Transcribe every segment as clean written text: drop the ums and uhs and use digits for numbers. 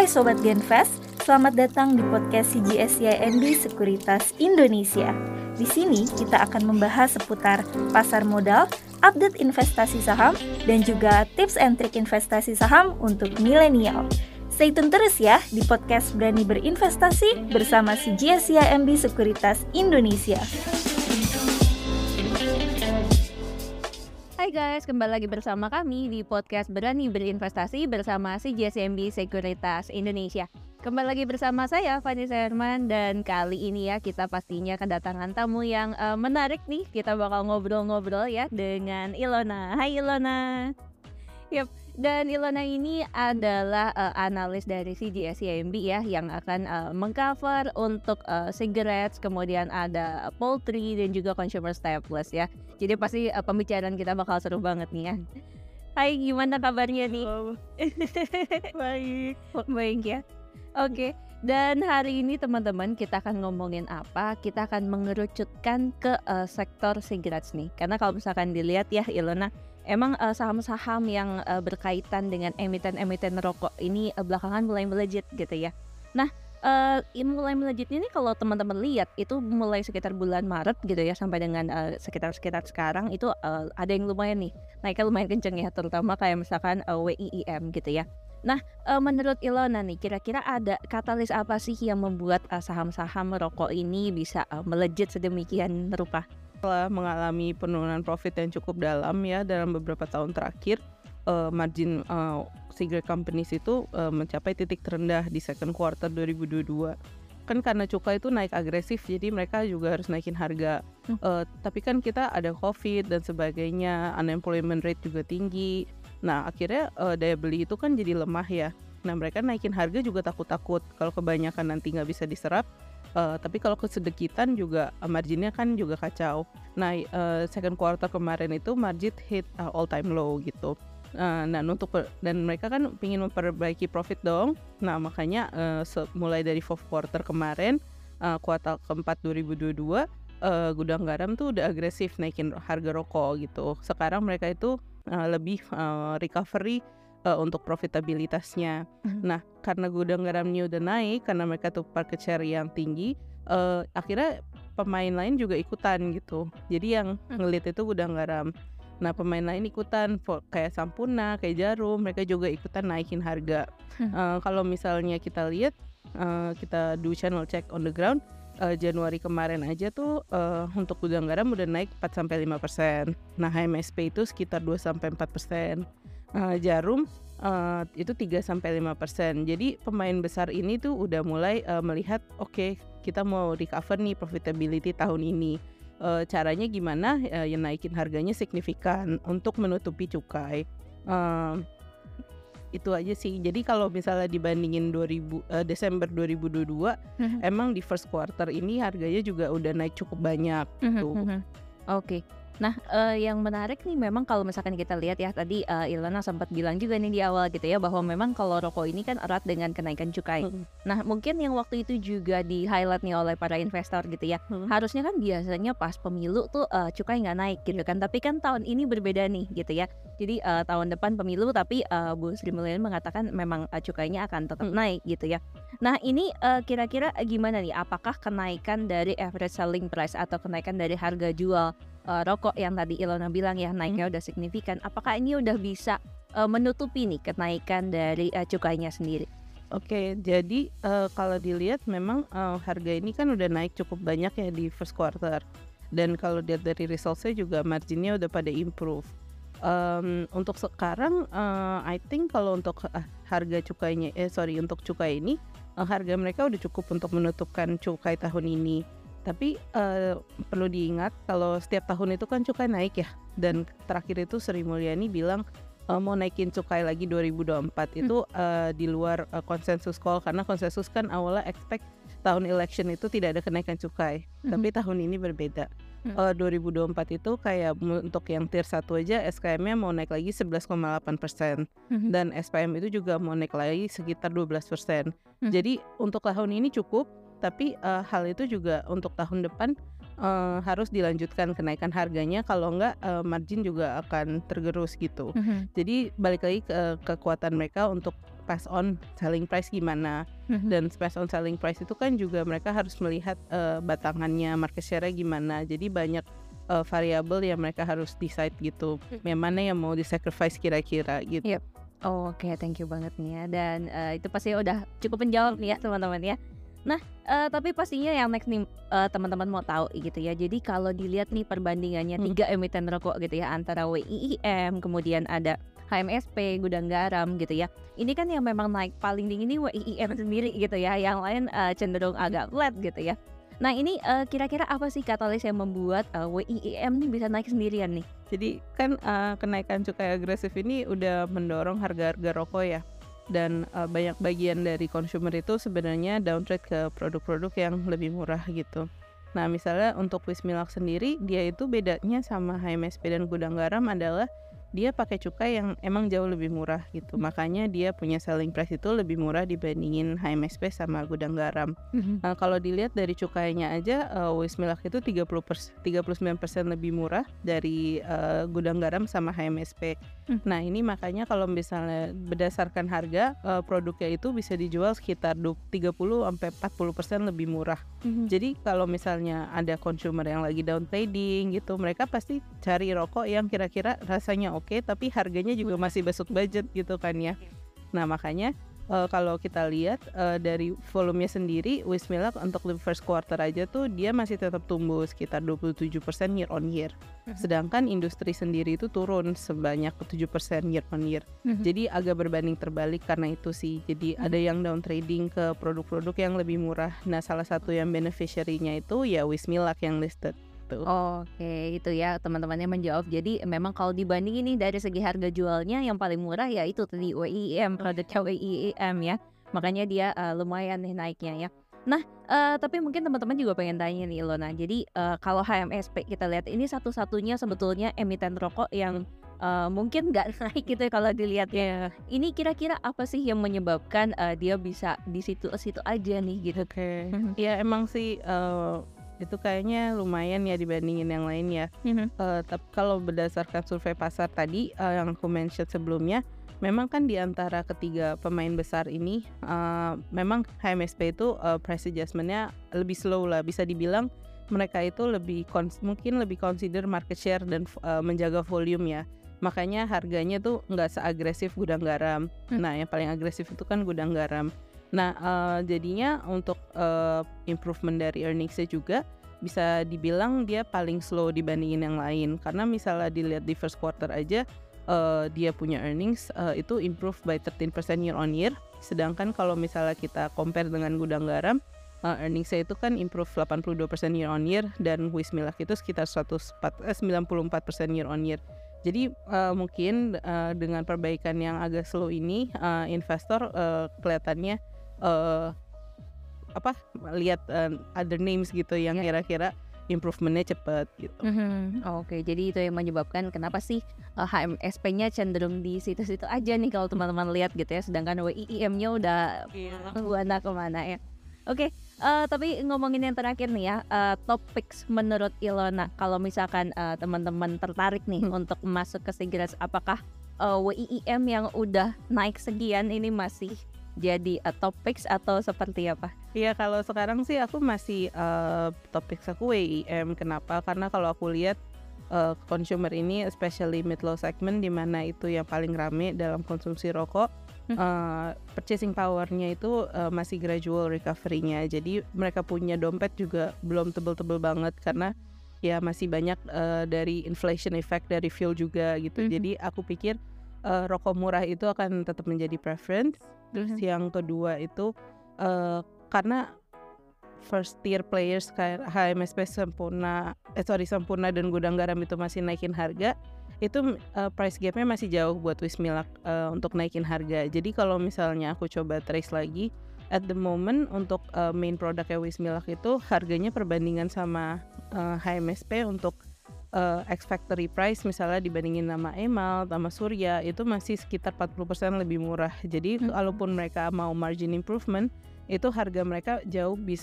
Hai Sobat Genvest, selamat datang di podcast CGSCIMB Sekuritas Indonesia. Di sini kita akan membahas seputar pasar modal, update investasi saham, dan juga tips and trik investasi saham untuk milenial. Stay tune terus ya di podcast Berani Berinvestasi bersama CGSCIMB Sekuritas Indonesia. Hai guys, kembali lagi bersama kami di podcast Berani Berinvestasi bersama CGSCIMB Sekuritas Indonesia. Kembali lagi bersama saya, Vanessa Herman, dan kali ini ya kita pastinya kedatangan tamu yang menarik nih. Kita bakal ngobrol-ngobrol ya dengan Ilona. Hai Ilona. Yap, dan Ilona ini adalah analis dari CGSCIMB ya yang akan mengcover untuk cigarettes, kemudian ada poultry dan juga consumer staples ya. Jadi pasti pembicaraan kita bakal seru banget nih ya. Hai, gimana kabarnya nih? Baik. Baik ya. Oke, dan hari ini teman-teman kita akan ngomongin apa? Kita akan mengerucutkan ke sektor cigarettes nih. Karena kalau misalkan dilihat ya Ilona, emang saham-saham yang berkaitan dengan emiten-emiten rokok ini belakangan mulai melejit gitu ya. Nah, mulai melejit ini kalau teman-teman lihat itu mulai sekitar bulan Maret gitu ya sampai dengan sekitar sekarang itu ada yang lumayan nih naiknya lumayan kenceng ya, terutama kayak misalkan WIIM gitu ya. Nah, menurut Ilona nih kira-kira ada katalis apa sih yang membuat saham-saham rokok ini bisa melejit sedemikian rupa? Setelah mengalami penurunan profit yang cukup dalam ya dalam beberapa tahun terakhir, margin cigarette companies itu mencapai titik terendah di second quarter 2022. Kan karena cukai itu naik agresif, jadi mereka juga harus naikin harga. Tapi kan kita ada COVID dan sebagainya, unemployment rate juga tinggi. Nah akhirnya daya beli itu kan jadi lemah ya. Nah mereka naikin harga juga takut-takut kalau kebanyakan nanti nggak bisa diserap. Tapi kalau kesedekitan juga marginnya kan juga kacau. Nah second quarter kemarin itu margin hit all time low gitu. Nah dan mereka kan ingin memperbaiki profit dong. Nah makanya mulai dari fourth quarter kemarin, kuartal keempat 2022, gudang garam tuh udah agresif naikin harga rokok gitu. Sekarang mereka itu lebih recovery untuk profitabilitasnya. Nah karena gudang garamnya udah naik, karena mereka tuh market share yang tinggi, akhirnya pemain lain juga ikutan gitu. Jadi yang ngelit itu gudang garam. Nah pemain lain ikutan kayak Sampurna, kayak Jarum, mereka juga ikutan naikin harga. Kalau misalnya kita lihat, kita do channel check on the ground, Januari kemarin aja tuh untuk gudang garam udah naik 4-5%. Nah HMSP itu sekitar 2-4%. Jarum itu 3-5%. Jadi pemain besar ini tuh udah mulai melihat oke, kita mau recover nih profitability tahun ini. Caranya gimana? Ya naikin harganya signifikan untuk menutupi cukai. Itu aja sih. Jadi kalau misalnya dibandingin Desember 2022, emang di first quarter ini harganya juga udah naik cukup banyak gitu. Oke. Nah, yang menarik nih memang kalau misalkan kita lihat ya tadi Ilona sempat bilang juga nih di awal gitu ya bahwa memang kalau rokok ini kan erat dengan kenaikan cukai. Nah, mungkin yang waktu itu juga di highlight nih oleh para investor gitu ya. Harusnya kan biasanya pas pemilu tuh cukai nggak naik gitu kan. Tapi kan tahun ini berbeda nih gitu ya. Jadi tahun depan pemilu tapi Bu Sri Mulyani mengatakan memang cukainya akan tetap naik gitu ya. Nah, ini kira-kira gimana nih? Apakah kenaikan dari average selling price atau kenaikan dari harga jual rokok yang tadi Ilona bilang ya naiknya udah signifikan, apakah ini udah bisa menutupi nih kenaikan dari cukainya sendiri? Oke, jadi kalau dilihat memang harga ini kan udah naik cukup banyak ya di first quarter. Dan kalau dilihat dari resultsnya juga marginnya udah pada improve. Untuk sekarang I think kalau untuk harga cukainya untuk cukai ini harga mereka udah cukup untuk menutupkan cukai tahun ini. Tapi perlu diingat kalau setiap tahun itu kan cukai naik ya. Dan terakhir itu Sri Mulyani bilang mau naikin cukai lagi 2024 itu di luar konsensus call. Karena konsensus kan awalnya expect tahun election itu tidak ada kenaikan cukai. Tapi tahun ini berbeda. 2024 itu kayak untuk yang tier 1 aja SKM-nya mau naik lagi 11,8%. Dan SPM itu juga mau naik lagi sekitar 12%. Jadi untuk tahun ini cukup. Tapi hal itu juga untuk tahun depan harus dilanjutkan kenaikan harganya, kalau enggak margin juga akan tergerus gitu. Jadi balik lagi ke kekuatan mereka untuk pass on selling price gimana. Dan pass on selling price itu kan juga mereka harus melihat batangannya, market share-nya gimana. Jadi banyak variabel yang mereka harus decide gitu, yang mana yang mau di-sacrifice kira-kira gitu. Yep. Oke, thank you banget nih ya. Dan itu pasti udah cukup menjawab nih ya teman-teman ya. Nah, tapi pastinya yang next nih teman-teman mau tahu gitu ya. Jadi kalau dilihat nih perbandingannya 3 emiten rokok gitu ya, antara WIIM, kemudian ada HMSP, Gudang Garam gitu ya. Ini kan yang memang naik paling tinggi nih WIIM sendiri gitu ya. Yang lain cenderung agak flat gitu ya. Nah ini kira-kira apa sih katalis yang membuat WIIM nih bisa naik sendirian nih? Jadi kan kenaikan cukai agresif ini udah mendorong harga-harga rokok ya. Dan banyak bagian dari consumer itu sebenarnya downtrade ke produk-produk yang lebih murah gitu. Nah misalnya untuk Wismilak sendiri, dia itu bedanya sama HMSP dan Gudang Garam adalah dia pakai cukai yang emang jauh lebih murah gitu. Makanya dia punya selling price itu lebih murah dibandingin HMSP sama Gudang Garam. Nah, kalau dilihat dari cukainya aja, Wismilak itu 39% lebih murah dari Gudang Garam sama HMSP. Nah ini makanya kalau misalnya berdasarkan harga, produknya itu bisa dijual sekitar 30-40% lebih murah. Jadi kalau misalnya ada consumer yang lagi down trading gitu, mereka pasti cari rokok yang kira-kira rasanya oke, tapi harganya juga masih masuk budget gitu kan ya. Nah makanya kalau kita lihat dari volumenya sendiri, Wismilak untuk the first quarter aja tuh dia masih tetap tumbuh sekitar 27% year on year. Sedangkan industri sendiri itu turun sebanyak 7% year on year. Jadi agak berbanding terbalik karena itu sih. Jadi ada yang down trading ke produk-produk yang lebih murah. Nah salah satu yang beneficiary-nya itu ya Wismilak yang listed. Oke, itu ya teman-temannya menjawab. Jadi memang kalau dibandingin nih dari segi harga jualnya yang paling murah ya itu tadi WIIM, produknya WIIM ya. Makanya dia lumayan nih naiknya ya. Nah, tapi mungkin teman-teman juga pengen tanya nih Ilona. Jadi kalau HMSP kita lihat ini satu-satunya sebetulnya emiten rokok yang mungkin nggak naik gitu ya kalau dilihat ya. Ini kira-kira apa sih yang menyebabkan dia bisa di situ-situ aja nih gitu? Oke. Ya emang sih itu kayaknya lumayan ya dibandingin yang lain ya. Tapi kalau berdasarkan survei pasar tadi yang aku mention sebelumnya, memang kan di antara ketiga pemain besar ini memang HMSP itu price adjustment-nya lebih slow lah. Bisa dibilang mereka itu mungkin lebih consider market share dan menjaga volume ya. Makanya harganya tuh nggak seagresif Gudang Garam. Nah yang paling agresif itu kan Gudang Garam. Nah jadinya untuk improvement dari earnings-nya juga bisa dibilang dia paling slow dibandingin yang lain. Karena misalnya dilihat di first quarter aja dia punya earnings itu improve by 13% year on year. Sedangkan kalau misalnya kita compare dengan Gudang Garam, earnings-nya itu kan improve 82% year on year, dan Wismilak itu sekitar 94% year on year. Jadi mungkin dengan perbaikan yang agak slow ini investor kelihatannya lihat other names gitu yang kira-kira improvementnya cepat gitu. Oke, jadi itu yang menyebabkan kenapa sih HMSP-nya cenderung di situ-situ aja nih kalau teman-teman lihat gitu ya, sedangkan WIIM-nya udah buana kemana ya. Oke, tapi ngomongin yang terakhir nih ya, top picks menurut Ilona, kalau misalkan teman-teman tertarik nih untuk masuk ke Sigras, apakah WIIM yang udah naik sekian ini masih jadi top picks atau seperti apa? Iya, kalau sekarang sih aku masih top picks aku WIIM. Kenapa? Karena kalau aku lihat consumer ini, especially mid-low segment, di mana itu yang paling rame dalam konsumsi rokok, purchasing power-nya itu masih gradual recovery-nya. Jadi mereka punya dompet juga belum tebel-tebel banget karena ya masih banyak dari inflation effect dari fuel juga gitu. Jadi aku pikir rokok murah itu akan tetap menjadi preference. Terus yang kedua itu karena first tier players kayak HMSP, Sempurna dan Gudang Garam itu masih naikin harga, itu price gapnya masih jauh buat Wismilak untuk naikin harga. Jadi kalau misalnya aku coba trace lagi, at the moment untuk main produknya Wismilak itu harganya perbandingan sama HMSP untuk X factory price misalnya dibandingin sama Emalt sama Surya itu masih sekitar 40% lebih murah. Jadi kalaupun mereka mau margin improvement, itu harga mereka jauh bisa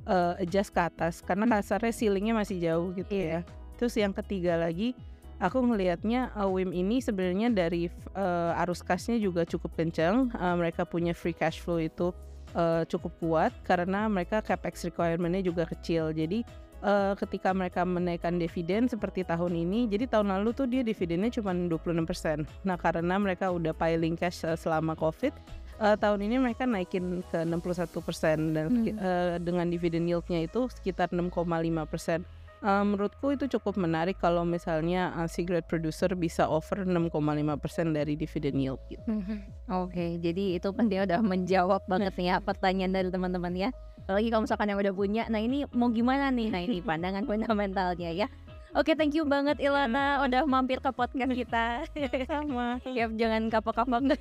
adjust ke atas karena kasarnya ceilingnya masih jauh gitu ya. Terus yang ketiga lagi, aku ngelihatnya WIM ini sebenarnya dari arus kasnya juga cukup kencang. Mereka punya free cash flow itu cukup kuat karena mereka capex requirement-nya juga kecil. Jadi ketika mereka menaikkan dividen seperti tahun ini, jadi tahun lalu tuh dia dividennya cuma 26%. Nah karena mereka udah piling cash selama COVID, tahun ini mereka naikin ke 61% dan dengan dividen yield-nya itu sekitar 6,5%. Menurutku itu cukup menarik kalau misalnya cigarette producer bisa offer 6,5% dari dividen yield gitu. Oke, jadi itu kan dia udah menjawab banget nih ya pertanyaan dari teman-teman ya. Apalagi kalau misalkan yang udah punya, nah ini mau gimana nih? Nah ini pandangan fundamentalnya ya. Oke, thank you banget Ilana udah mampir ke podcast kita. Sama. Ya jangan kapok-kapok.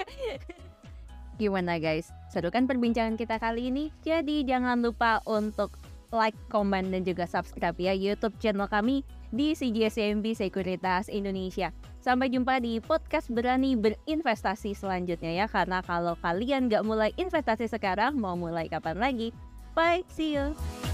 Gimana guys? Seru kan perbincangan kita kali ini? Jadi jangan lupa untuk like, komen, dan juga subscribe ya YouTube channel kami di CGS-CIMB Sekuritas Indonesia. Sampai jumpa di podcast Berani Berinvestasi selanjutnya ya. Karena kalau kalian gak mulai investasi sekarang, mau mulai kapan lagi? Bye, see you!